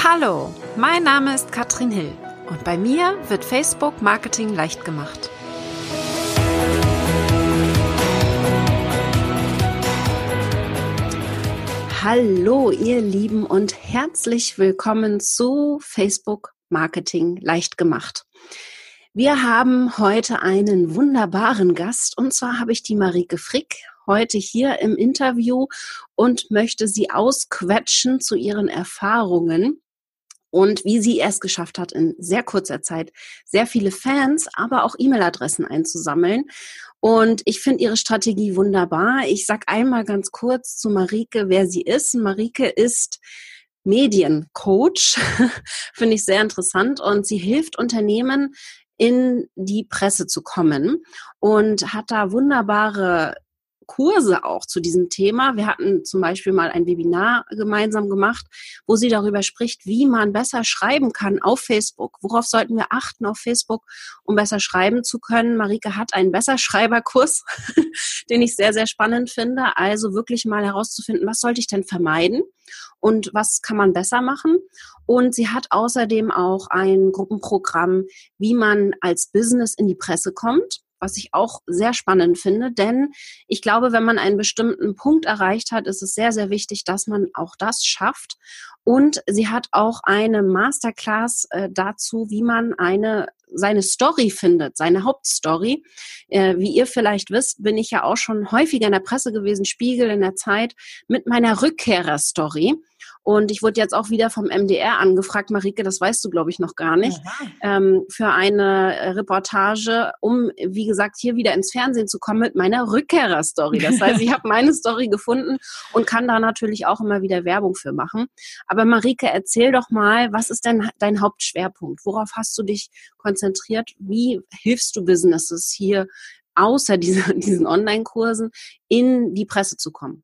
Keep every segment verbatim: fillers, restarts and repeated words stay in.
Hallo, mein Name ist Katrin Hill und bei mir wird Facebook Marketing leicht gemacht. Hallo ihr Lieben und herzlich willkommen zu Facebook Marketing leicht gemacht. Wir haben heute einen wunderbaren Gast und zwar habe ich die Marieke Frick heute hier im Interview und möchte sie ausquetschen zu ihren Erfahrungen und wie sie es geschafft hat, in sehr kurzer Zeit sehr viele Fans, aber auch E-Mail-Adressen einzusammeln. Und ich finde ihre Strategie wunderbar. Ich sage einmal ganz kurz zu Marieke, wer sie ist. Marieke ist Mediencoach, finde ich sehr interessant. Und sie hilft Unternehmen, in die Presse zu kommen und hat da wunderbare Kurse auch zu diesem Thema. Wir hatten zum Beispiel mal ein Webinar gemeinsam gemacht, wo sie darüber spricht, wie man besser schreiben kann auf Facebook. Worauf sollten wir achten auf Facebook, um besser schreiben zu können? Marieke hat einen Besserschreiberkurs, den ich sehr, sehr spannend finde. Also wirklich mal herauszufinden, was sollte ich denn vermeiden und was kann man besser machen? Und sie hat außerdem auch ein Gruppenprogramm, wie man als Business in die Presse kommt, was ich auch sehr spannend finde, denn ich glaube, wenn man einen bestimmten Punkt erreicht hat, ist es sehr, sehr wichtig, dass man auch das schafft. Und sie hat auch eine Masterclass äh, dazu, wie man eine seine Story findet, seine Hauptstory. Äh, wie ihr vielleicht wisst, bin ich ja auch schon häufiger in der Presse gewesen, Spiegel, in der Zeit, mit meiner Rückkehrer-Story. Und ich wurde jetzt auch wieder vom M D R angefragt, Marieke, das weißt du, glaube ich, noch gar nicht, ähm, für eine Reportage, um, wie gesagt, hier wieder ins Fernsehen zu kommen mit meiner Rückkehrer-Story. Das heißt, ich habe meine Story gefunden und kann da natürlich auch immer wieder Werbung für machen. Aber Marieke, erzähl doch mal, was ist denn dein Hauptschwerpunkt? Worauf hast du dich konzentriert? Wie hilfst du Businesses hier, außer diese, diesen Online-Kursen, in die Presse zu kommen?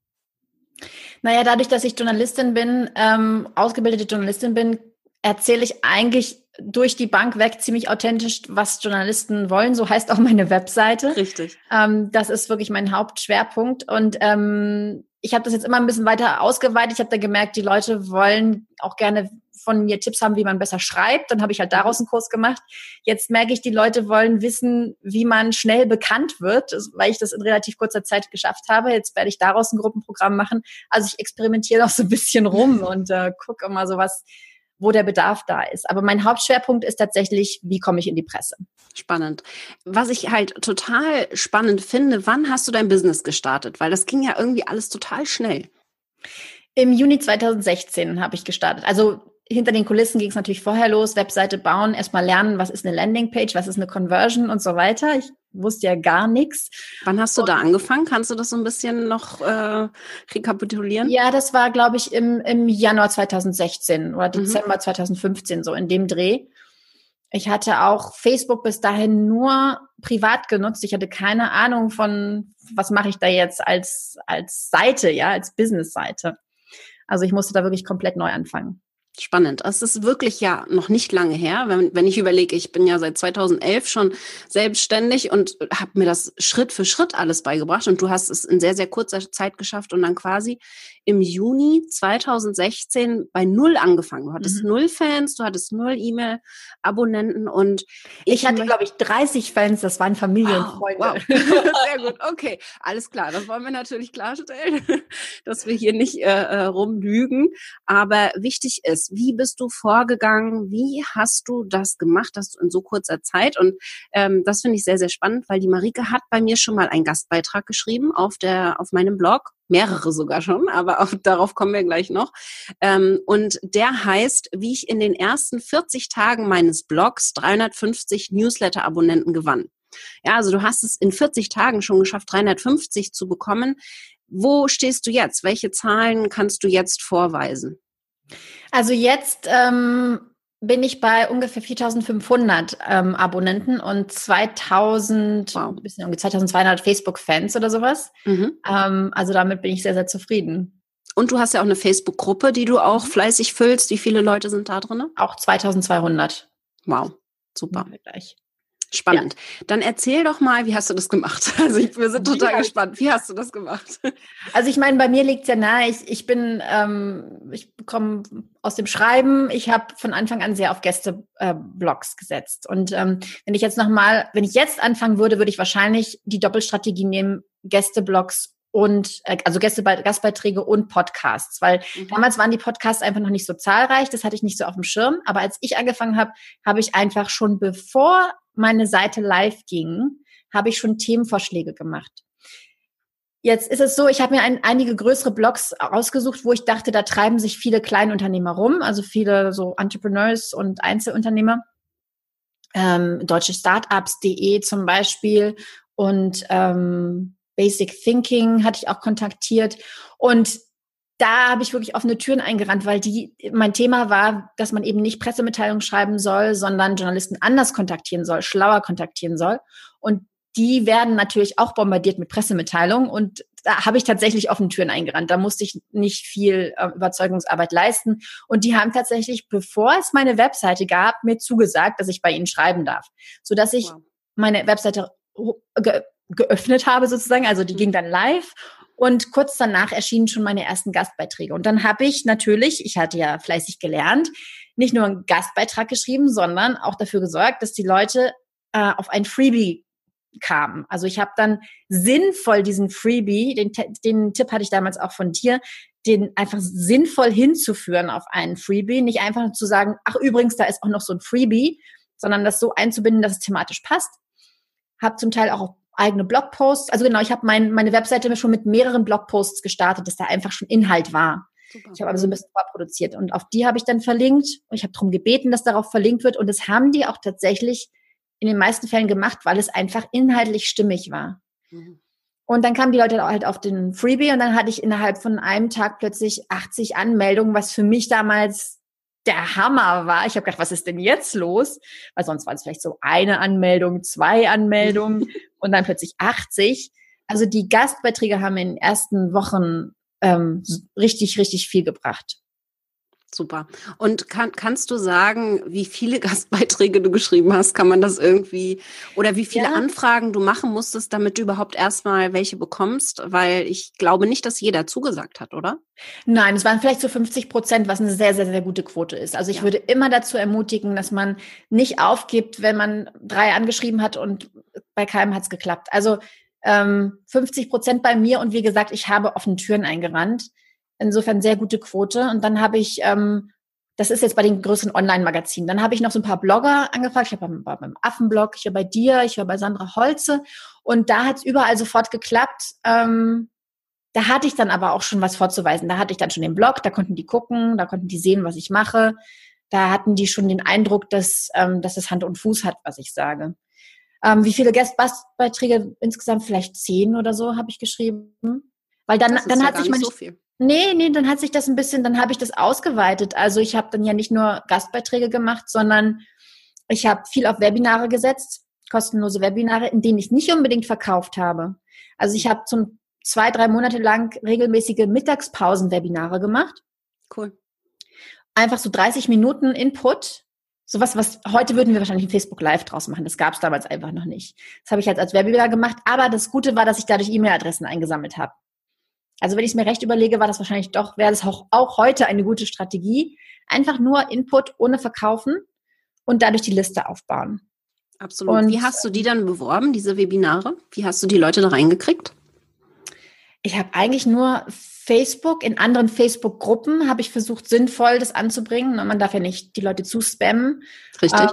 Naja, dadurch, dass ich Journalistin bin, ähm, ausgebildete Journalistin bin, erzähle ich eigentlich durch die Bank weg ziemlich authentisch, was Journalisten wollen. So heißt auch meine Webseite. Richtig. Ähm, das ist wirklich mein Hauptschwerpunkt. Und ähm, ich habe das jetzt immer ein bisschen weiter ausgeweitet. Ich habe da gemerkt, die Leute wollen auch gerne von mir Tipps haben, wie man besser schreibt. Dann habe ich halt daraus einen Kurs gemacht. Jetzt merke ich, die Leute wollen wissen, wie man schnell bekannt wird, weil ich das in relativ kurzer Zeit geschafft habe. Jetzt werde ich daraus ein Gruppenprogramm machen. Also ich experimentiere auch so ein bisschen rum und äh, gucke immer so was, wo der Bedarf da ist. Aber mein Hauptschwerpunkt ist tatsächlich, wie komme ich in die Presse? Spannend. Was ich halt total spannend finde, wann hast du dein Business gestartet? Weil das ging ja irgendwie alles total schnell. Im Juni zweitausendsechzehn habe ich gestartet. Also hinter den Kulissen ging es natürlich vorher los, Webseite bauen, erstmal lernen, was ist eine Landingpage, was ist eine Conversion und so weiter. Ich wusste ja gar nichts. Wann hast du und, da angefangen? Kannst du das so ein bisschen noch äh, rekapitulieren? Ja, das war, glaube ich, im, im Januar zweitausendsechzehn oder Dezember mhm. zweitausendfünfzehn, so in dem Dreh. Ich hatte auch Facebook bis dahin nur privat genutzt. Ich hatte keine Ahnung von, was mache ich da jetzt als, als Seite, ja, als Business-Seite. Also ich musste da wirklich komplett neu anfangen. Spannend. Es ist wirklich ja noch nicht lange her, wenn, wenn ich überlege, ich bin ja seit zweitausendelf schon selbstständig und habe mir das Schritt für Schritt alles beigebracht und du hast es in sehr, sehr kurzer Zeit geschafft und dann quasi im Juni zweitausendsechzehn bei null angefangen. Du hattest mhm. null Fans, du hattest null E-Mail-Abonnenten und ich, ich hatte, glaube ich, dreißig Fans, das waren Familie wow, und Freunde. Wow. Sehr gut, okay, alles klar, das wollen wir natürlich klarstellen, dass wir hier nicht äh, rumlügen, aber wichtig ist, wie bist du vorgegangen? Wie hast du das gemacht, dass du in so kurzer Zeit? Und ähm, das finde ich sehr, sehr spannend, weil die Marieke hat bei mir schon mal einen Gastbeitrag geschrieben auf der auf meinem Blog, mehrere sogar schon, aber auch, darauf kommen wir gleich noch. Ähm, und der heißt, wie ich in den ersten vierzig Tagen meines Blogs dreihundertfünfzig Newsletter-Abonnenten gewann. Ja, also du hast es in vierzig Tagen schon geschafft, dreihundertfünfzig zu bekommen. Wo stehst du jetzt? Welche Zahlen kannst du jetzt vorweisen? Also jetzt ähm, bin ich bei ungefähr viertausendfünfhundert ähm, Abonnenten und zweitausend, wow. ein bisschen um zweitausendzweihundert Facebook-Fans oder sowas. Mhm. Ähm, also damit bin ich sehr, sehr zufrieden. Und du hast ja auch eine Facebook-Gruppe, die du auch fleißig füllst. Wie viele Leute sind da drin? Auch zweitausendzweihundert. Wow, super. Ja, gleich. Spannend. Ja. Dann erzähl doch mal, wie hast du das gemacht? Also ich, wir sind total ja. gespannt. Wie hast du das gemacht? Also ich meine, bei mir liegt es ja nahe. Ich, ich bin, ähm, ich komme aus dem Schreiben. Ich habe von Anfang an sehr auf Gästeblogs äh, gesetzt. Und ähm, wenn ich jetzt nochmal, wenn ich jetzt anfangen würde, würde ich wahrscheinlich die Doppelstrategie nehmen, Gästeblogs und äh, also Gäste, Gastbeiträge und Podcasts, weil mhm. damals waren die Podcasts einfach noch nicht so zahlreich. Das hatte ich nicht so auf dem Schirm. Aber als ich angefangen habe, habe ich einfach schon bevor meine Seite live ging, habe ich schon Themenvorschläge gemacht. Jetzt ist es so, ich habe mir ein, einige größere Blogs ausgesucht, wo ich dachte, da treiben sich viele Kleinunternehmer rum, also viele so Entrepreneurs und Einzelunternehmer. Ähm, deutsche Startups punkt de zum Beispiel und ähm, Basic Thinking hatte ich auch kontaktiert. Und da habe ich wirklich offene Türen eingerannt, weil die, mein Thema war, dass man eben nicht Pressemitteilungen schreiben soll, sondern Journalisten anders kontaktieren soll, schlauer kontaktieren soll. Und die werden natürlich auch bombardiert mit Pressemitteilungen. Und da habe ich tatsächlich offene Türen eingerannt. Da musste ich nicht viel äh, Überzeugungsarbeit leisten. Und die haben tatsächlich, bevor es meine Webseite gab, mir zugesagt, dass ich bei ihnen schreiben darf. Sodass ich wow. meine Webseite ge- geöffnet habe sozusagen. Also die mhm. ging dann live. Und kurz danach erschienen schon meine ersten Gastbeiträge. Und dann habe ich natürlich, ich hatte ja fleißig gelernt, nicht nur einen Gastbeitrag geschrieben, sondern auch dafür gesorgt, dass die Leute äh, auf ein Freebie kamen. Also ich habe dann sinnvoll diesen Freebie, den, den Tipp hatte ich damals auch von dir, den einfach sinnvoll hinzuführen auf einen Freebie. Nicht einfach zu sagen, ach übrigens, da ist auch noch so ein Freebie, sondern das so einzubinden, dass es thematisch passt. Habe zum Teil auch eigene Blogposts. Also genau, ich habe mein, meine Webseite schon mit mehreren Blogposts gestartet, dass da einfach schon Inhalt war. Super. Ich habe aber so ein bisschen vorproduziert. Und auf die habe ich dann verlinkt. Und ich habe darum gebeten, dass darauf verlinkt wird. Und das haben die auch tatsächlich in den meisten Fällen gemacht, weil es einfach inhaltlich stimmig war. Mhm. Und dann kamen die Leute halt auf den Freebie und dann hatte ich innerhalb von einem Tag plötzlich achtzig Anmeldungen, was für mich damals der Hammer war. Ich habe gedacht, was ist denn jetzt los? Weil sonst war es vielleicht so eine Anmeldung, zwei Anmeldungen und dann plötzlich achtzig. Also die Gastbeiträge haben in den ersten Wochen ähm, richtig, richtig viel gebracht. Super. Und kann, kannst du sagen, wie viele Gastbeiträge du geschrieben hast? Kann man das irgendwie, oder wie viele ja. Anfragen du machen musstest, damit du überhaupt erstmal welche bekommst? Weil ich glaube nicht, dass jeder zugesagt hat, oder? Nein, es waren vielleicht so fünfzig Prozent, was eine sehr, sehr, sehr gute Quote ist. Also ich ja. würde immer dazu ermutigen, dass man nicht aufgibt, wenn man drei angeschrieben hat und bei keinem hat es geklappt. Also ähm, fünfzig Prozent bei mir und wie gesagt, ich habe offene Türen eingerannt. Insofern sehr gute Quote. Und dann habe ich, ähm, das ist jetzt bei den größeren Online-Magazinen, dann habe ich noch so ein paar Blogger angefragt. Ich habe beim, beim Affenblog, ich war bei dir, ich war bei Sandra Holze. Und da hat es überall sofort geklappt. Ähm, da hatte ich dann aber auch schon was vorzuweisen. Da hatte ich dann schon den Blog, da konnten die gucken, da konnten die sehen, was ich mache. Da hatten die schon den Eindruck, dass, ähm, dass es Hand und Fuß hat, was ich sage. Ähm, wie viele Gastbeiträge? Insgesamt vielleicht zehn oder so habe ich geschrieben. Weil dann, das ist dann ja hat gar sich nicht meine, so viel. Nee, nee, dann hat sich das ein bisschen, dann habe ich das ausgeweitet. Also ich habe dann ja nicht nur Gastbeiträge gemacht, sondern ich habe viel auf Webinare gesetzt, kostenlose Webinare, in denen ich nicht unbedingt verkauft habe. Also ich habe zum zwei, drei Monate lang regelmäßige Mittagspausen-Webinare gemacht. Cool. Einfach so dreißig Minuten Input. Sowas, was heute würden wir wahrscheinlich ein Facebook Live draus machen. Das gab es damals einfach noch nicht. Das habe ich halt als Webinar gemacht. Aber das Gute war, dass ich dadurch E-Mail-Adressen eingesammelt habe. Also wenn ich es mir recht überlege, war das wahrscheinlich doch, wäre das auch, auch heute eine gute Strategie. Einfach nur Input ohne Verkaufen und dadurch die Liste aufbauen. Absolut. Und wie hast du die dann beworben, diese Webinare? Wie hast du die Leute da reingekriegt? Ich habe eigentlich nur Facebook, in anderen Facebook-Gruppen habe ich versucht, sinnvoll das anzubringen. Man darf ja nicht die Leute zuspammen. Richtig.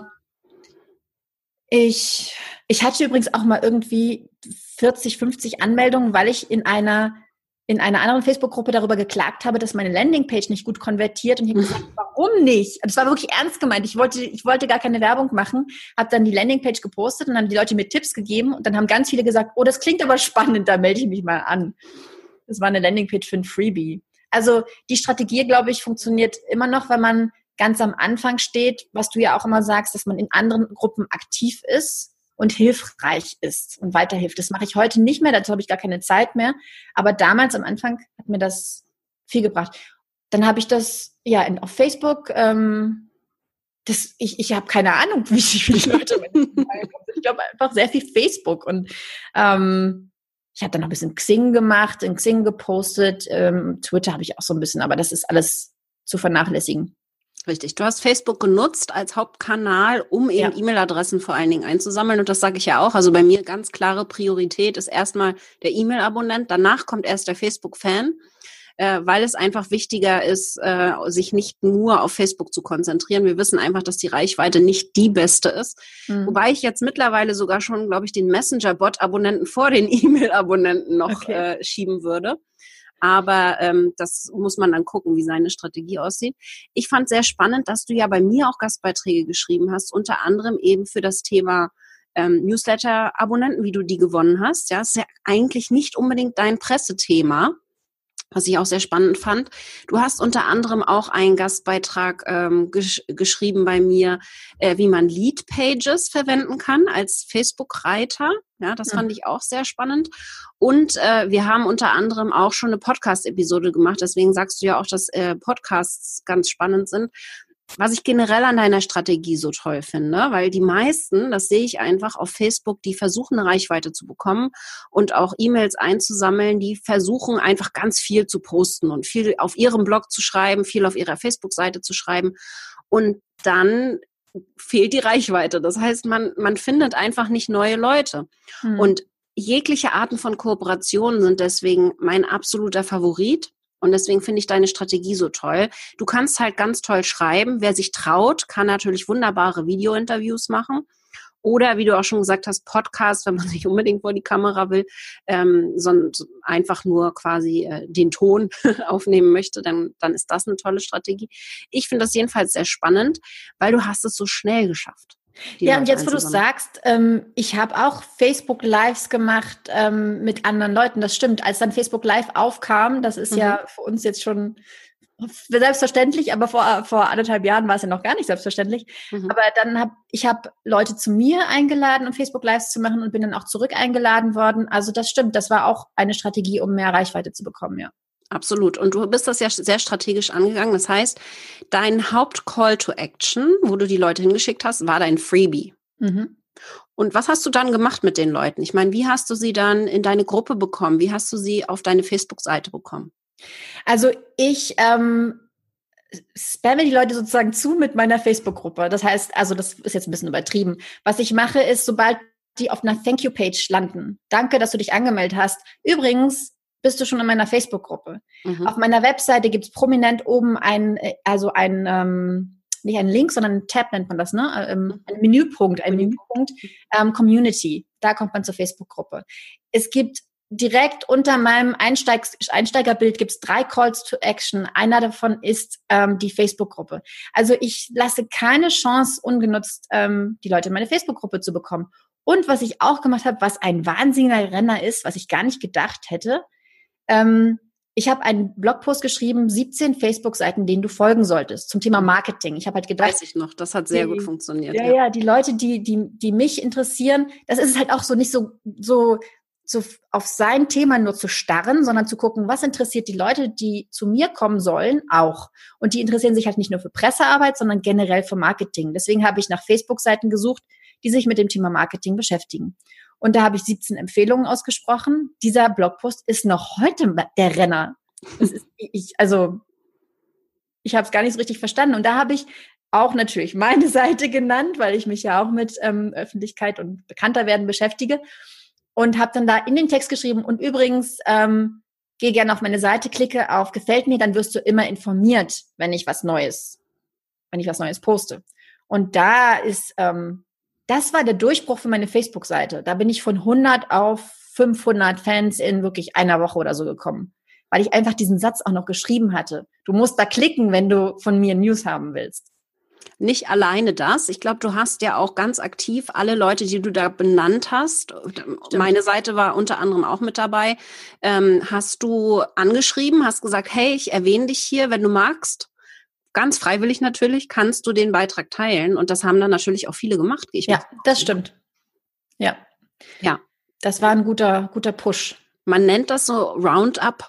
Ich, ich hatte übrigens auch mal irgendwie vierzig, fünfzig Anmeldungen, weil ich in einer in einer anderen Facebook-Gruppe darüber geklagt habe, dass meine Landingpage nicht gut konvertiert und ich habe gesagt, warum nicht? Das war wirklich ernst gemeint. Ich wollte, ich wollte gar keine Werbung machen, habe dann die Landingpage gepostet und haben die Leute mir Tipps gegeben und dann haben ganz viele gesagt, oh, das klingt aber spannend, da melde ich mich mal an. Das war eine Landingpage für ein Freebie. Also die Strategie, glaube ich, funktioniert immer noch, wenn man ganz am Anfang steht, was du ja auch immer sagst, dass man in anderen Gruppen aktiv ist und hilfreich ist und weiterhilft. Das mache ich heute nicht mehr, dazu habe ich gar keine Zeit mehr. Aber damals am Anfang hat mir das viel gebracht. Dann habe ich das ja in, auf Facebook, ähm, das, ich, ich habe keine Ahnung, wie viele Leute glaube einfach sehr viel Facebook und ähm, ich habe dann noch ein bisschen Xing gemacht, in Xing gepostet, ähm, Twitter habe ich auch so ein bisschen, aber das ist alles zu vernachlässigen. Richtig. Du hast Facebook genutzt als Hauptkanal, um eben Ja. E-Mail-Adressen vor allen Dingen einzusammeln. Und das sage ich ja auch. Also bei mir ganz klare Priorität ist erstmal der E-Mail-Abonnent. Danach kommt erst der Facebook-Fan, äh, weil es einfach wichtiger ist, äh, sich nicht nur auf Facebook zu konzentrieren. Wir wissen einfach, dass die Reichweite nicht die beste ist. Mhm. Wobei ich jetzt mittlerweile sogar schon, glaube ich, den Messenger-Bot-Abonnenten vor den E-Mail-Abonnenten noch okay. äh, schieben würde. Aber ähm, das muss man dann gucken, wie seine Strategie aussieht. Ich fand sehr spannend, dass du ja bei mir auch Gastbeiträge geschrieben hast, unter anderem eben für das Thema ähm, Newsletter-Abonnenten, wie du die gewonnen hast. Ja, das ist ja eigentlich nicht unbedingt dein Pressethema, was ich auch sehr spannend fand. Du hast unter anderem auch einen Gastbeitrag ähm, gesch- geschrieben bei mir, äh, wie man Lead-Pages verwenden kann als Facebook-Reiter. Ja, das fand ich auch sehr spannend. Und äh, wir haben unter anderem auch schon eine Podcast-Episode gemacht. Deswegen sagst du ja auch, dass äh, Podcasts ganz spannend sind. Was ich generell an deiner Strategie so toll finde, weil die meisten, das sehe ich einfach auf Facebook, die versuchen eine Reichweite zu bekommen und auch E-Mails einzusammeln, die versuchen einfach ganz viel zu posten und viel auf ihrem Blog zu schreiben, viel auf ihrer Facebook-Seite zu schreiben und dann fehlt die Reichweite. Das heißt, man, man findet einfach nicht neue Leute. Hm. Und jegliche Arten von Kooperationen sind deswegen mein absoluter Favorit. Und deswegen finde ich deine Strategie so toll. Du kannst halt ganz toll schreiben. Wer sich traut, kann natürlich wunderbare Video-Interviews machen. Oder wie du auch schon gesagt hast, Podcast, wenn man nicht unbedingt vor die Kamera will, ähm, sondern einfach nur quasi äh, den Ton aufnehmen möchte, dann, dann ist das eine tolle Strategie. Ich finde das jedenfalls sehr spannend, weil du hast es so schnell geschafft. Ja, und jetzt, wo du es sagst, ähm, ich habe auch Facebook-Lives gemacht ähm, mit anderen Leuten, das stimmt. Als dann Facebook Live aufkam, das ist mhm. ja für uns jetzt schon selbstverständlich, aber vor vor anderthalb Jahren war es ja noch gar nicht selbstverständlich. Mhm. Aber dann habe ich habe Leute zu mir eingeladen, um Facebook Lives zu machen und bin dann auch zurück eingeladen worden. Also das stimmt, das war auch eine Strategie, um mehr Reichweite zu bekommen, ja. Absolut. Und du bist das ja sehr strategisch angegangen. Das heißt, dein Haupt-Call to Action, wo du die Leute hingeschickt hast, war dein Freebie. Mhm. Und was hast du dann gemacht mit den Leuten? Ich meine, wie hast du sie dann in deine Gruppe bekommen? Wie hast du sie auf deine Facebook-Seite bekommen? Also ich ähm, spamme die Leute sozusagen zu mit meiner Facebook-Gruppe. Das heißt, also das ist jetzt ein bisschen übertrieben. Was ich mache, ist, sobald die auf einer Thank-You-Page landen, danke, dass du dich angemeldet hast. Übrigens, bist du schon in meiner Facebook-Gruppe. Mhm. Auf meiner Webseite gibt es prominent oben ein, also ein, ähm, nicht einen Link, sondern ein Tab nennt man das, ne? Ähm, ein Menüpunkt, ein Menüpunkt, ähm, Community. Da kommt man zur Facebook-Gruppe. Es gibt direkt unter meinem Einsteig- Einsteigerbild gibt es drei Calls to Action. Einer davon ist ähm, die Facebook-Gruppe. Also ich lasse keine Chance ungenutzt, ähm, die Leute in meine Facebook-Gruppe zu bekommen. Und was ich auch gemacht habe, was ein wahnsinniger Renner ist, was ich gar nicht gedacht hätte, Ähm, ich habe einen Blogpost geschrieben, siebzehn Facebook-Seiten, denen du folgen solltest, zum Thema Marketing. Ich habe halt gedacht, weiß ich noch, das hat sehr die, gut funktioniert. Ja, ja, ja, die Leute, die, die, die mich interessieren, das ist es halt auch so nicht so, so, so auf sein Thema nur zu starren, sondern zu gucken, was interessiert die Leute, die zu mir kommen sollen, auch. Und die interessieren sich halt nicht nur für Pressearbeit, sondern generell für Marketing. Deswegen habe ich nach Facebook-Seiten gesucht, die sich mit dem Thema Marketing beschäftigen. Und da habe ich siebzehn Empfehlungen ausgesprochen. Dieser Blogpost ist noch heute der Renner. Das ist, ich, also, ich habe es gar nicht so richtig verstanden. Und da habe ich auch natürlich meine Seite genannt, weil ich mich ja auch mit ähm, Öffentlichkeit und Bekannterwerden beschäftige. Und habe dann da in den Text geschrieben, und übrigens, ähm, geh gerne auf meine Seite, klicke auf Gefällt mir, dann wirst du immer informiert, wenn ich was Neues, wenn ich was Neues poste. Und da ist... Ähm, Das war der Durchbruch für meine Facebook-Seite. Da bin ich von hundert auf fünfhundert Fans in wirklich einer Woche oder so gekommen, weil ich einfach diesen Satz auch noch geschrieben hatte. Du musst da klicken, wenn du von mir News haben willst. Nicht alleine das. Ich glaube, du hast ja auch ganz aktiv alle Leute, die du da benannt hast. Stimmt. Meine Seite war unter anderem auch mit dabei. Ähm, hast du angeschrieben, hast gesagt, hey, ich erwähne dich hier, wenn du magst. Ganz freiwillig natürlich, kannst du den Beitrag teilen. Und das haben dann natürlich auch viele gemacht. Ich ja, das stimmt. Ja. Ja. Das war ein guter, guter Push. Man nennt das so Roundup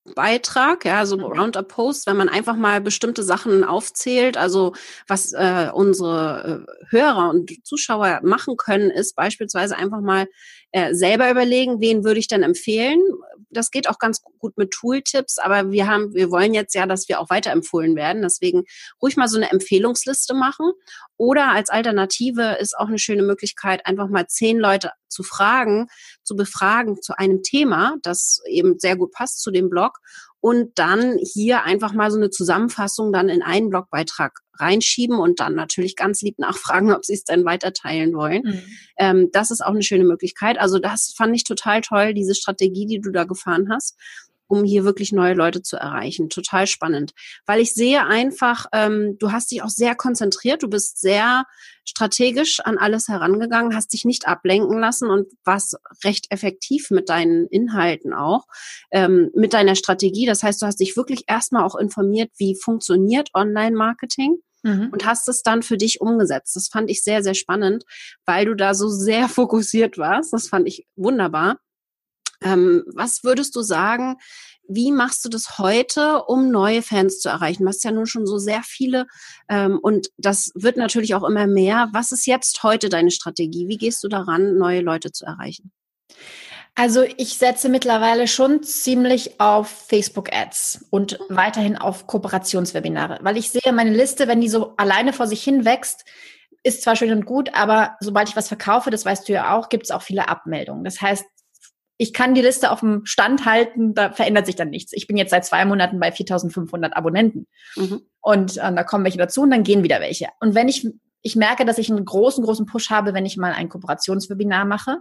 Beitrag, ja, so Roundup-Post, wenn man einfach mal bestimmte Sachen aufzählt. Also was äh, unsere äh, Hörer und Zuschauer machen können, ist beispielsweise einfach mal äh, selber überlegen, wen würde ich denn empfehlen. Das geht auch ganz gut mit Tooltips, aber wir haben, wir wollen jetzt ja, dass wir auch weiterempfohlen werden. Deswegen ruhig mal so eine Empfehlungsliste machen. Oder als Alternative ist auch eine schöne Möglichkeit, einfach mal zehn Leute zu fragen, zu befragen zu einem Thema, das eben sehr gut passt zu dem Blog und dann hier einfach mal so eine Zusammenfassung dann in einen Blogbeitrag reinschieben und dann natürlich ganz lieb nachfragen, ob sie es denn weiter teilen wollen. Mhm. Ähm, das ist auch eine schöne Möglichkeit. Also das fand ich total toll, diese Strategie, die du da gefahren hast, um hier wirklich neue Leute zu erreichen. Total spannend. Weil ich sehe einfach, ähm, du hast dich auch sehr konzentriert, du bist sehr strategisch an alles herangegangen, hast dich nicht ablenken lassen und warst recht effektiv mit deinen Inhalten auch, ähm, mit deiner Strategie. Das heißt, du hast dich wirklich erstmal auch informiert, wie funktioniert Online-Marketing. Mhm. Und hast es dann für dich umgesetzt. Das fand ich sehr, sehr spannend, weil du da so sehr fokussiert warst. Das fand ich wunderbar. Ähm, was würdest du sagen, wie machst du das heute, um neue Fans zu erreichen? Du hast ja nun schon so sehr viele ähm, und das wird natürlich auch immer mehr. Was ist jetzt heute deine Strategie? Wie gehst du daran, neue Leute zu erreichen? Also ich setze mittlerweile schon ziemlich auf Facebook-Ads und weiterhin auf Kooperationswebinare, weil ich sehe meine Liste, wenn die so alleine vor sich hin wächst, ist zwar schön und gut, aber sobald ich was verkaufe, das weißt du ja auch, gibt es auch viele Abmeldungen. Das heißt, ich kann die Liste auf dem Stand halten, da verändert sich dann nichts. Ich bin jetzt seit zwei Monaten bei viertausendfünfhundert Abonnenten. Mhm. Und äh, da kommen welche dazu und dann gehen wieder welche. Und wenn ich, ich merke, dass ich einen großen, großen Push habe, wenn ich mal ein Kooperationswebinar mache,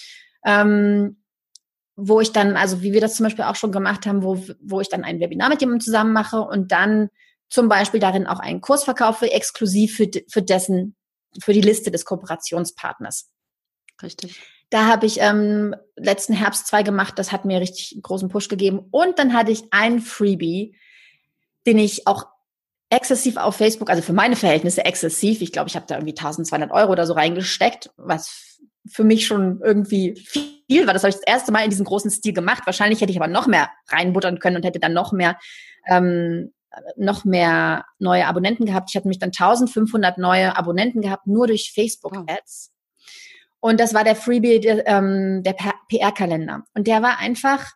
ähm, wo ich dann, also wie wir das zum Beispiel auch schon gemacht haben, wo, wo ich dann ein Webinar mit jemandem zusammen mache und dann zum Beispiel darin auch einen Kurs verkaufe, exklusiv für, für dessen, für die Liste des Kooperationspartners. Richtig. Da habe ich ähm, letzten Herbst zwei gemacht, das hat mir richtig einen großen Push gegeben. Und dann hatte ich ein Freebie, den ich auch exzessiv auf Facebook, also für meine Verhältnisse exzessiv, ich glaube, ich habe da irgendwie eintausendzweihundert Euro oder so reingesteckt, was für mich schon irgendwie viel war. Das habe ich das erste Mal in diesem großen Stil gemacht. Wahrscheinlich hätte ich aber noch mehr reinbuttern können und hätte dann noch mehr ähm, noch mehr neue Abonnenten gehabt. Ich hatte mich dann eintausendfünfhundert neue Abonnenten gehabt, nur durch Facebook-Ads. Und das war der Freebie, der, ähm, der P R-Kalender. Und der war einfach,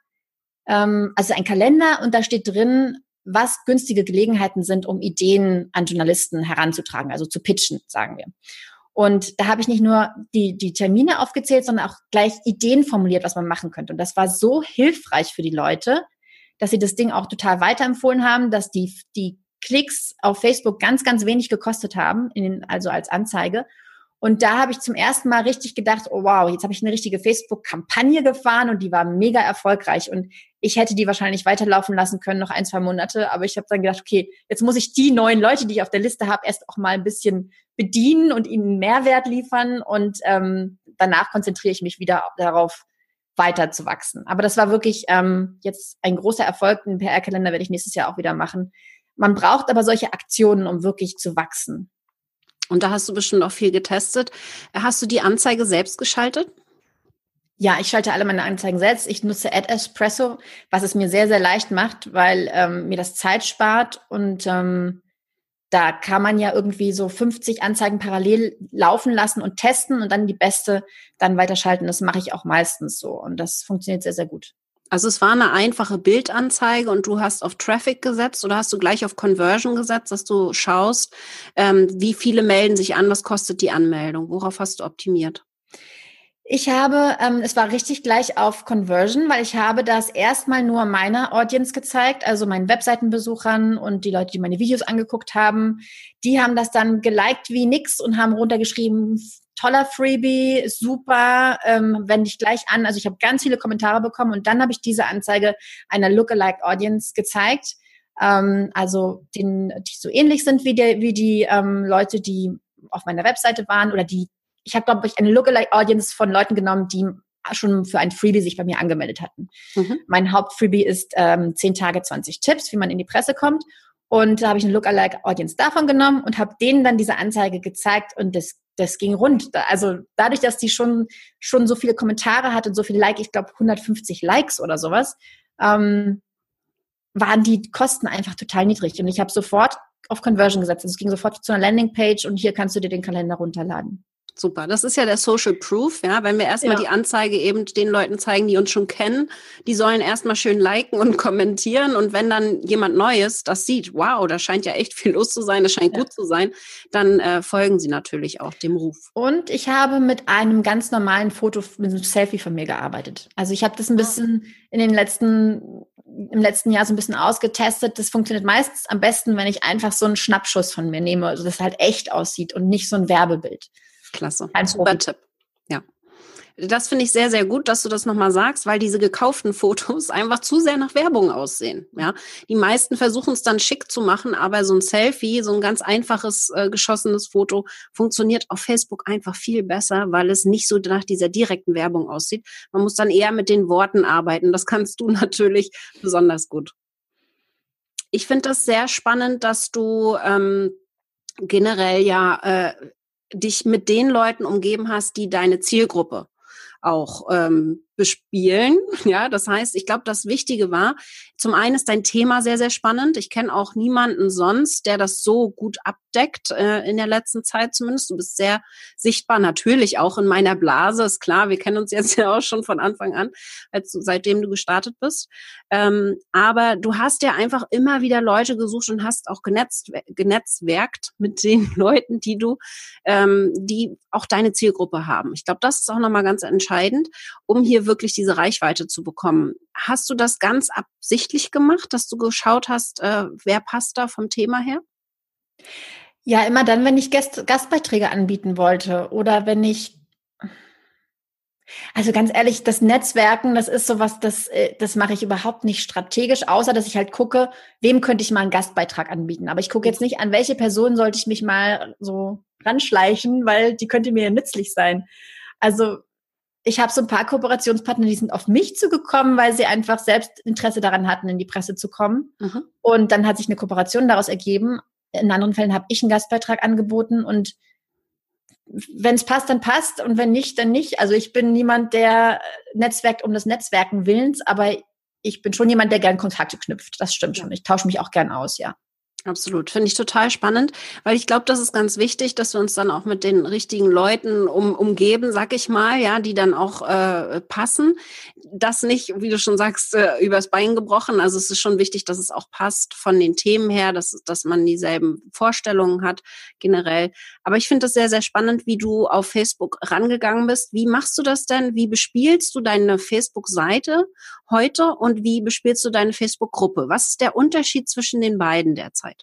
ähm, also ein Kalender und da steht drin, was günstige Gelegenheiten sind, um Ideen an Journalisten heranzutragen, also zu pitchen, sagen wir. Und da habe ich nicht nur die, die Termine aufgezählt, sondern auch gleich Ideen formuliert, was man machen könnte. Und das war so hilfreich für die Leute, dass sie das Ding auch total weiterempfohlen haben, dass die, die Klicks auf Facebook ganz, ganz wenig gekostet haben, in den, also als Anzeige. Und da habe ich zum ersten Mal richtig gedacht, oh wow, jetzt habe ich eine richtige Facebook-Kampagne gefahren und die war mega erfolgreich. Und ich hätte die wahrscheinlich weiterlaufen lassen können, noch ein, zwei Monate. Aber ich habe dann gedacht, okay, jetzt muss ich die neuen Leute, die ich auf der Liste habe, erst auch mal ein bisschen bedienen und ihnen Mehrwert liefern. Und ähm, danach konzentriere ich mich wieder darauf, weiter zu wachsen. Aber das war wirklich ähm, jetzt ein großer Erfolg. Den P R-Kalender werde ich nächstes Jahr auch wieder machen. Man braucht aber solche Aktionen, um wirklich zu wachsen. Und da hast du bestimmt auch viel getestet. Hast du die Anzeige selbst geschaltet? Ja, ich schalte alle meine Anzeigen selbst. Ich nutze AdEspresso, was es mir sehr, sehr leicht macht, weil ähm, mir das Zeit spart. Und ähm, da kann man ja irgendwie so fünfzig Anzeigen parallel laufen lassen und testen und dann die beste dann weiterschalten. Das mache ich auch meistens so. Und das funktioniert sehr, sehr gut. Also es war eine einfache Bildanzeige und du hast auf Traffic gesetzt oder hast du gleich auf Conversion gesetzt, dass du schaust, ähm, wie viele melden sich an, was kostet die Anmeldung? Worauf hast du optimiert? Ich habe, ähm, es war richtig gleich auf Conversion, weil ich habe das erstmal nur meiner Audience gezeigt, also meinen Webseitenbesuchern und die Leute, die meine Videos angeguckt haben. Die haben das dann geliked wie nix und haben runtergeschrieben, toller Freebie, super, ähm, wende ich gleich an. Also ich habe ganz viele Kommentare bekommen und dann habe ich diese Anzeige einer Lookalike Audience gezeigt, ähm, also den, die so ähnlich sind wie die, wie die ähm, Leute, die auf meiner Webseite waren oder die Ich habe, glaube ich, eine Lookalike-Audience von Leuten genommen, die schon für ein Freebie sich bei mir angemeldet hatten. Mhm. Mein Hauptfreebie ist ähm, zehn Tage, zwanzig Tipps, wie man in die Presse kommt. Und da habe ich eine Lookalike-Audience davon genommen und habe denen dann diese Anzeige gezeigt und das, das ging rund. Also dadurch, dass die schon, schon so viele Kommentare hat und so viele Likes, ich glaube hundertfünfzig Likes oder sowas, ähm, waren die Kosten einfach total niedrig. Und ich habe sofort auf Conversion gesetzt. Also es ging sofort zu einer Landingpage und hier kannst du dir den Kalender runterladen. Super, das ist ja der Social Proof, ja, wenn wir erstmal ja. die Anzeige eben den Leuten zeigen, die uns schon kennen, die sollen erstmal schön liken und kommentieren und wenn dann jemand Neues das sieht, wow, da scheint ja echt viel los zu sein, das scheint ja. gut zu sein, dann äh, folgen sie natürlich auch dem Ruf. Und ich habe mit einem ganz normalen Foto, mit einem Selfie von mir gearbeitet. Also ich habe das ein bisschen in den letzten, im letzten Jahr so ein bisschen ausgetestet. Das funktioniert meistens am besten, wenn ich einfach so einen Schnappschuss von mir nehme, also das halt echt aussieht und nicht so ein Werbebild. Klasse. Ein super Tipp. Ja. Das finde ich sehr, sehr gut, dass du das nochmal sagst, weil diese gekauften Fotos einfach zu sehr nach Werbung aussehen. Ja. Die meisten versuchen es dann schick zu machen, aber so ein Selfie, so ein ganz einfaches äh, geschossenes Foto funktioniert auf Facebook einfach viel besser, weil es nicht so nach dieser direkten Werbung aussieht. Man muss dann eher mit den Worten arbeiten. Das kannst du natürlich besonders gut. Ich finde das sehr spannend, dass du ähm, generell ja äh, dich mit den Leuten umgeben hast, die deine Zielgruppe auch ähm, bespielen. Ja, das heißt, ich glaube, das Wichtige war, zum einen ist dein Thema sehr, sehr spannend. Ich kenne auch niemanden sonst, der das so gut abdeckt, äh, in der letzten Zeit zumindest. Du bist sehr sichtbar, natürlich auch in meiner Blase, ist klar. Wir kennen uns jetzt ja auch schon von Anfang an, als du, seitdem du gestartet bist. Ähm, aber du hast ja einfach immer wieder Leute gesucht und hast auch genetzt, genetzwerkt mit den Leuten, die du, ähm, die auch deine Zielgruppe haben. Ich glaube, das ist auch nochmal ganz entscheidend, um hier wirklich diese Reichweite zu bekommen. Hast du das ganz absichtlich gemacht, dass du geschaut hast, äh, wer passt da vom Thema her? Ja, immer dann, wenn ich Gast- Gastbeiträge anbieten wollte oder wenn ich, also ganz ehrlich, das Netzwerken, das ist sowas, das, das mache ich überhaupt nicht strategisch, außer dass ich halt gucke, wem könnte ich mal einen Gastbeitrag anbieten. Aber ich gucke jetzt nicht, an welche Person sollte ich mich mal so ranschleichen, weil die könnte mir ja nützlich sein. Also ich habe so ein paar Kooperationspartner, die sind auf mich zugekommen, weil sie einfach selbst Interesse daran hatten, in die Presse zu kommen. Mhm. Und dann hat sich eine Kooperation daraus ergeben. In anderen Fällen habe ich einen Gastbeitrag angeboten und wenn es passt, dann passt und wenn nicht, dann nicht. Also ich bin niemand, der netzwerkt um des Netzwerken Willens, aber ich bin schon jemand, der gern Kontakte knüpft. Das stimmt ja. schon. Ich tausche mich auch gern aus, ja. Absolut. Finde ich total spannend, weil ich glaube, das ist ganz wichtig, dass wir uns dann auch mit den richtigen Leuten um, umgeben, sag ich mal, ja, die dann auch äh, passen. Das nicht, wie du schon sagst, äh, übers Bein gebrochen. Also es ist schon wichtig, dass es auch passt von den Themen her, dass, dass man dieselben Vorstellungen hat generell. Aber ich finde das sehr, sehr spannend, wie du auf Facebook rangegangen bist. Wie machst du das denn? Wie bespielst du deine Facebook-Seite heute und wie bespielst du deine Facebook-Gruppe? Was ist der Unterschied zwischen den beiden derzeit?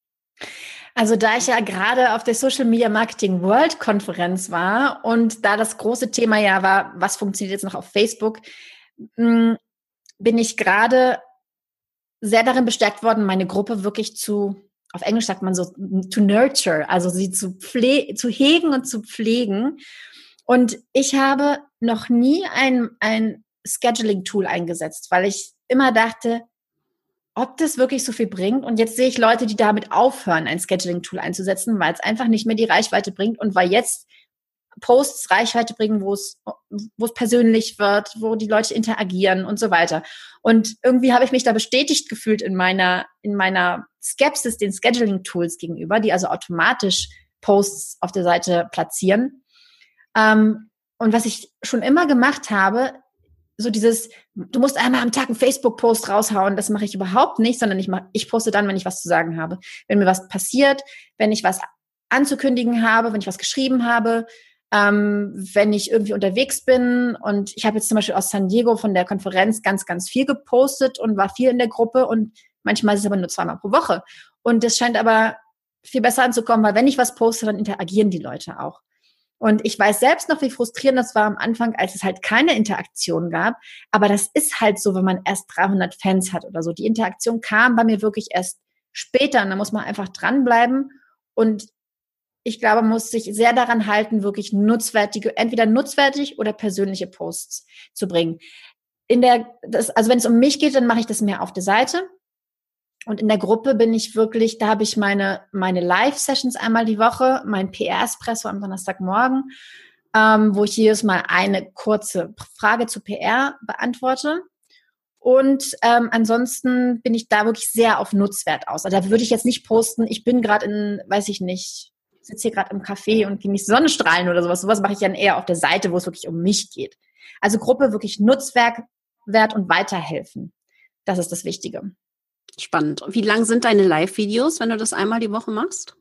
Also da ich ja gerade auf der Social Media Marketing World Konferenz war und da das große Thema ja war, was funktioniert jetzt noch auf Facebook, bin ich gerade sehr darin bestärkt worden, meine Gruppe wirklich zu, auf Englisch sagt man so, to nurture, also sie zu pfle- zu hegen und zu pflegen. Und ich habe noch nie ein, ein Scheduling-Tool eingesetzt, weil ich immer dachte, ob das wirklich so viel bringt. Und jetzt sehe ich Leute, die damit aufhören, ein Scheduling-Tool einzusetzen, weil es einfach nicht mehr die Reichweite bringt und weil jetzt Posts Reichweite bringen, wo es, wo es persönlich wird, wo die Leute interagieren und so weiter. Und irgendwie habe ich mich da bestätigt gefühlt in meiner, in meiner Skepsis den Scheduling-Tools gegenüber, die also automatisch Posts auf der Seite platzieren. Ähm, und was ich schon immer gemacht habe, so dieses, du musst einmal am Tag einen Facebook-Post raushauen, das mache ich überhaupt nicht, sondern ich mache, ich poste dann, wenn ich was zu sagen habe. Wenn mir was passiert, wenn ich was anzukündigen habe, wenn ich was geschrieben habe, ähm, wenn ich irgendwie unterwegs bin. Und ich habe jetzt zum Beispiel aus San Diego von der Konferenz ganz, ganz viel gepostet und war viel in der Gruppe und manchmal ist es aber nur zweimal pro Woche. Und das scheint aber viel besser anzukommen, weil wenn ich was poste, dann interagieren die Leute auch. Und ich weiß selbst noch, wie frustrierend das war am Anfang, als es halt keine Interaktion gab. Aber das ist halt so, wenn man erst dreihundert Fans hat oder so. Die Interaktion kam bei mir wirklich erst später. Und da muss man einfach dranbleiben. Und ich glaube, man muss sich sehr daran halten, wirklich nutzwertige, entweder nutzwertig oder persönliche Posts zu bringen. In der, das, also wenn es um mich geht, dann mache ich das mehr auf der Seite. Und in der Gruppe bin ich wirklich, da habe ich meine meine Live-Sessions einmal die Woche, mein P R-Espresso am Donnerstagmorgen, ähm, wo ich jedes Mal eine kurze Frage zu P R beantworte. Und ähm, ansonsten bin ich da wirklich sehr auf Nutzwert aus. Also da würde ich jetzt nicht posten, ich bin gerade in, weiß ich nicht, sitze hier gerade im Café und genieße Sonnenstrahlen oder sowas. Sowas mache ich dann eher auf der Seite, wo es wirklich um mich geht. Also Gruppe wirklich Nutzwert Wert und weiterhelfen. Das ist das Wichtige. Spannend. Wie lang sind deine Live-Videos, wenn du das einmal die Woche machst?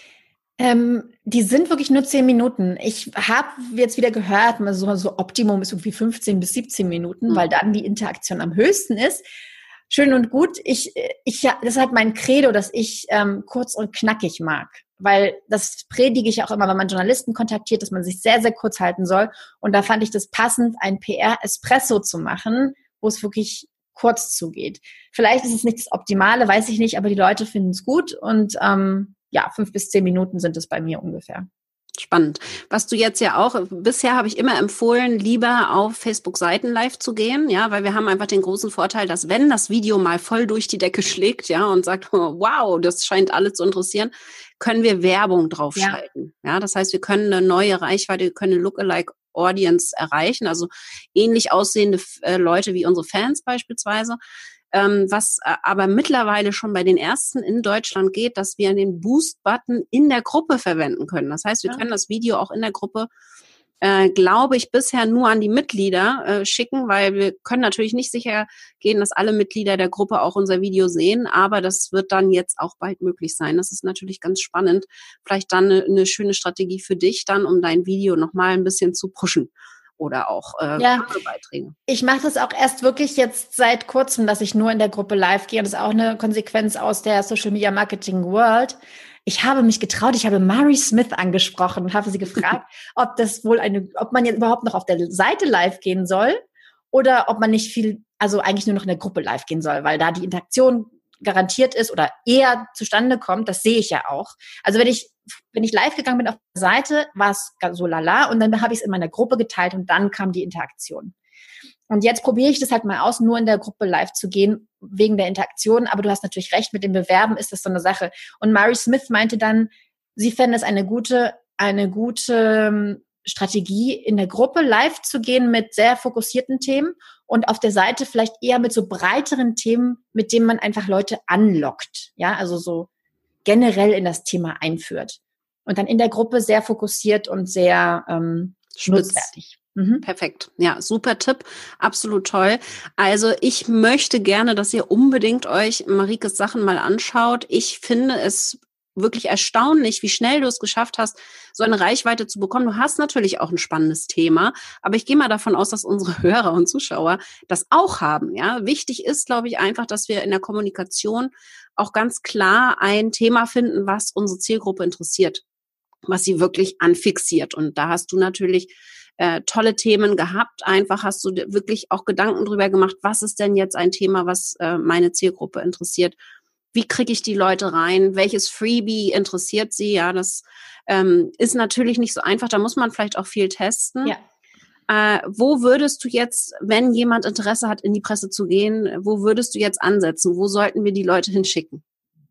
Ähm, die sind wirklich nur zehn Minuten. Ich habe jetzt wieder gehört, so, so Optimum ist irgendwie fünfzehn bis siebzehn Minuten, mhm. weil dann die Interaktion am höchsten ist. Schön und gut. Ich, ich, das ist halt mein Credo, dass ich ähm, kurz und knackig mag. Weil das predige ich auch immer, wenn man Journalisten kontaktiert, dass man sich sehr, sehr kurz halten soll. Und da fand ich das passend, ein P R-Espresso zu machen, wo es wirklich kurz zugeht. Vielleicht ist es nicht das Optimale, weiß ich nicht, aber die Leute finden es gut und ähm, ja, fünf bis zehn Minuten sind es bei mir ungefähr. Spannend. Was du jetzt ja auch, bisher habe ich immer empfohlen, lieber auf Facebook-Seiten live zu gehen, ja, weil wir haben einfach den großen Vorteil, dass wenn das Video mal voll durch die Decke schlägt, ja, und sagt, oh, wow, das scheint alle zu interessieren, können wir Werbung draufschalten. Ja. ja, das heißt, wir können eine neue Reichweite, wir können eine Lookalike Audience erreichen, also ähnlich aussehende äh, Leute wie unsere Fans beispielsweise. Ähm, was äh, aber mittlerweile schon bei den ersten in Deutschland geht, dass wir den Boost-Button in der Gruppe verwenden können. Das heißt, wir ja. können das Video auch in der Gruppe, äh, glaube ich, bisher nur an die Mitglieder äh, schicken, weil wir können natürlich nicht sicher gehen, dass alle Mitglieder der Gruppe auch unser Video sehen, aber das wird dann jetzt auch bald möglich sein. Das ist natürlich ganz spannend. Vielleicht dann eine, eine schöne Strategie für dich dann, um dein Video nochmal ein bisschen zu pushen. Oder auch äh, ja. Beiträge. Ich mache das auch erst wirklich jetzt seit kurzem, dass ich nur in der Gruppe live gehe. Und das ist auch eine Konsequenz aus der Social Media Marketing World. Ich habe mich getraut, ich habe Mari Smith angesprochen und habe sie gefragt, ob das wohl eine, ob man jetzt überhaupt noch auf der Seite live gehen soll oder ob man nicht viel, also eigentlich nur noch in der Gruppe live gehen soll, weil da die Interaktion garantiert ist oder eher zustande kommt, das sehe ich ja auch. Also wenn ich wenn ich live gegangen bin auf der Seite, war es so lala und dann habe ich es in meiner Gruppe geteilt und dann kam die Interaktion. Und jetzt probiere ich das halt mal aus, nur in der Gruppe live zu gehen, wegen der Interaktion. Aber du hast natürlich recht, mit dem Bewerben ist das so eine Sache. Und Mari Smith meinte dann, sie fände es eine gute, eine gute Strategie, in der Gruppe live zu gehen mit sehr fokussierten Themen und auf der Seite vielleicht eher mit so breiteren Themen, mit denen man einfach Leute anlockt. Ja, also so generell in das Thema einführt. Und dann in der Gruppe sehr fokussiert und sehr ähm, nutzwertig. Mhm. Perfekt. Ja, super Tipp. Absolut toll. Also ich möchte gerne, dass ihr unbedingt euch Marikes Sachen mal anschaut. Ich finde es wirklich erstaunlich, wie schnell du es geschafft hast, so eine Reichweite zu bekommen. Du hast natürlich auch ein spannendes Thema, aber ich gehe mal davon aus, dass unsere Hörer und Zuschauer das auch haben. Ja, wichtig ist, glaube ich, einfach, dass wir in der Kommunikation auch ganz klar ein Thema finden, was unsere Zielgruppe interessiert, was sie wirklich anfixiert. Und da hast du natürlich äh, tolle Themen gehabt. Einfach hast du wirklich auch Gedanken drüber gemacht, was ist denn jetzt ein Thema, was äh, meine Zielgruppe interessiert? Wie kriege ich die Leute rein? Welches Freebie interessiert sie? Ja, das ähm, ist natürlich nicht so einfach. Da muss man vielleicht auch viel testen. Ja. Äh, wo würdest du jetzt, wenn jemand Interesse hat, in die Presse zu gehen, wo würdest du jetzt ansetzen? Wo sollten wir die Leute hinschicken?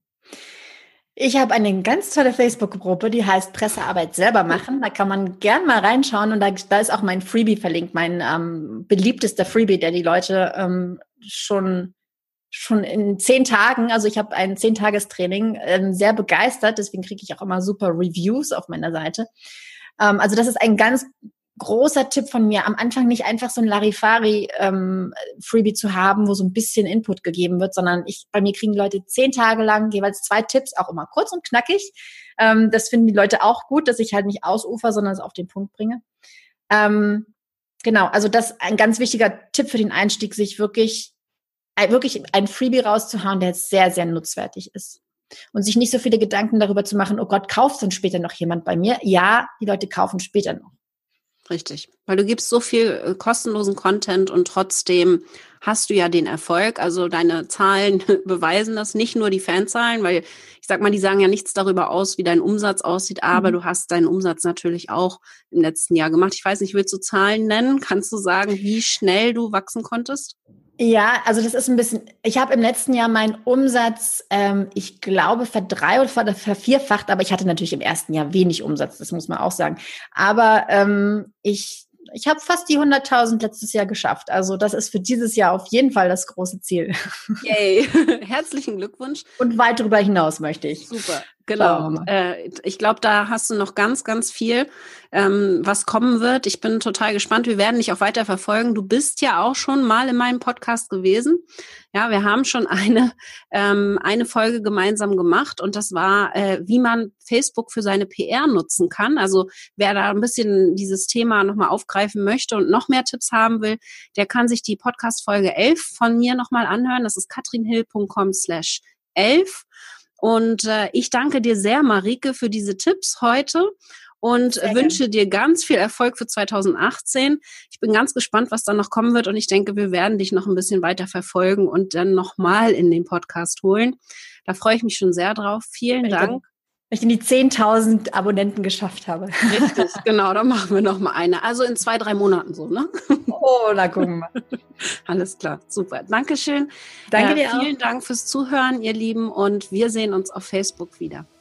Ich habe eine ganz tolle Facebook-Gruppe, die heißt Pressearbeit selber machen. Da kann man gern mal reinschauen und da, da ist auch mein Freebie verlinkt, mein ähm, beliebtester Freebie, der die Leute ähm, schon schon in zehn Tagen, also ich habe ein Zehn-Tages-Training, ähm, sehr begeistert, deswegen kriege ich auch immer super Reviews auf meiner Seite. Ähm, also das ist ein ganz großer Tipp von mir, am Anfang nicht einfach so ein Larifari-Freebie ähm, zu haben, wo so ein bisschen Input gegeben wird, sondern ich bei mir kriegen die Leute zehn Tage lang jeweils zwei Tipps, auch immer kurz und knackig. Ähm, das finden die Leute auch gut, dass ich halt nicht ausufer, sondern es auf den Punkt bringe. Ähm, genau, also das ist ein ganz wichtiger Tipp für den Einstieg, sich wirklich wirklich ein Freebie rauszuhauen, der jetzt sehr, sehr nutzwertig ist. Und sich nicht so viele Gedanken darüber zu machen, oh Gott, kauft dann später noch jemand bei mir? Ja, die Leute kaufen später noch. Richtig, weil du gibst so viel äh, kostenlosen Content und trotzdem hast du ja den Erfolg. Also deine Zahlen beweisen das, nicht nur die Fanzahlen, weil ich sag mal, die sagen ja nichts darüber aus, wie dein Umsatz aussieht, aber mhm. du hast deinen Umsatz natürlich auch im letzten Jahr gemacht. Ich weiß nicht, willst du Zahlen nennen? Kannst du sagen, wie schnell du wachsen konntest? Ja, also das ist ein bisschen, ich habe im letzten Jahr meinen Umsatz, ähm, ich glaube, verdrei- oder vervierfacht, aber ich hatte natürlich im ersten Jahr wenig Umsatz, das muss man auch sagen. Aber ähm, ich ich habe fast die hunderttausend letztes Jahr geschafft. Also das ist für dieses Jahr auf jeden Fall das große Ziel. Yay, herzlichen Glückwunsch. Und weit darüber hinaus möchte ich. Super. Genau. Äh, ich glaube, da hast du noch ganz, ganz viel, ähm, was kommen wird. Ich bin total gespannt. Wir werden dich auch weiter verfolgen. Du bist ja auch schon mal in meinem Podcast gewesen. Ja, wir haben schon eine, ähm, eine Folge gemeinsam gemacht und das war, äh, wie man Facebook für seine P R nutzen kann. Also wer da ein bisschen dieses Thema nochmal aufgreifen möchte und noch mehr Tipps haben will, der kann sich die Podcast-Folge elf von mir nochmal anhören. Das ist katrinhill punkt com slash elf. Und äh, ich danke dir sehr, Marike, für diese Tipps heute und sehr wünsche gerne. dir ganz viel Erfolg für zwanzig achtzehn. Ich bin ganz gespannt, was da noch kommen wird und ich denke, wir werden dich noch ein bisschen weiter verfolgen und dann nochmal in den Podcast holen. Da freue ich mich schon sehr drauf. Vielen ich Dank. Dann, wenn ich in die zehntausend Abonnenten geschafft habe. Richtig, genau, dann machen wir noch mal eine. Also in zwei, drei Monaten so, ne? Oh, da gucken wir. Alles klar, super. Dankeschön. Danke äh, dir auch. Vielen Dank fürs Zuhören, ihr Lieben, und wir sehen uns auf Facebook wieder.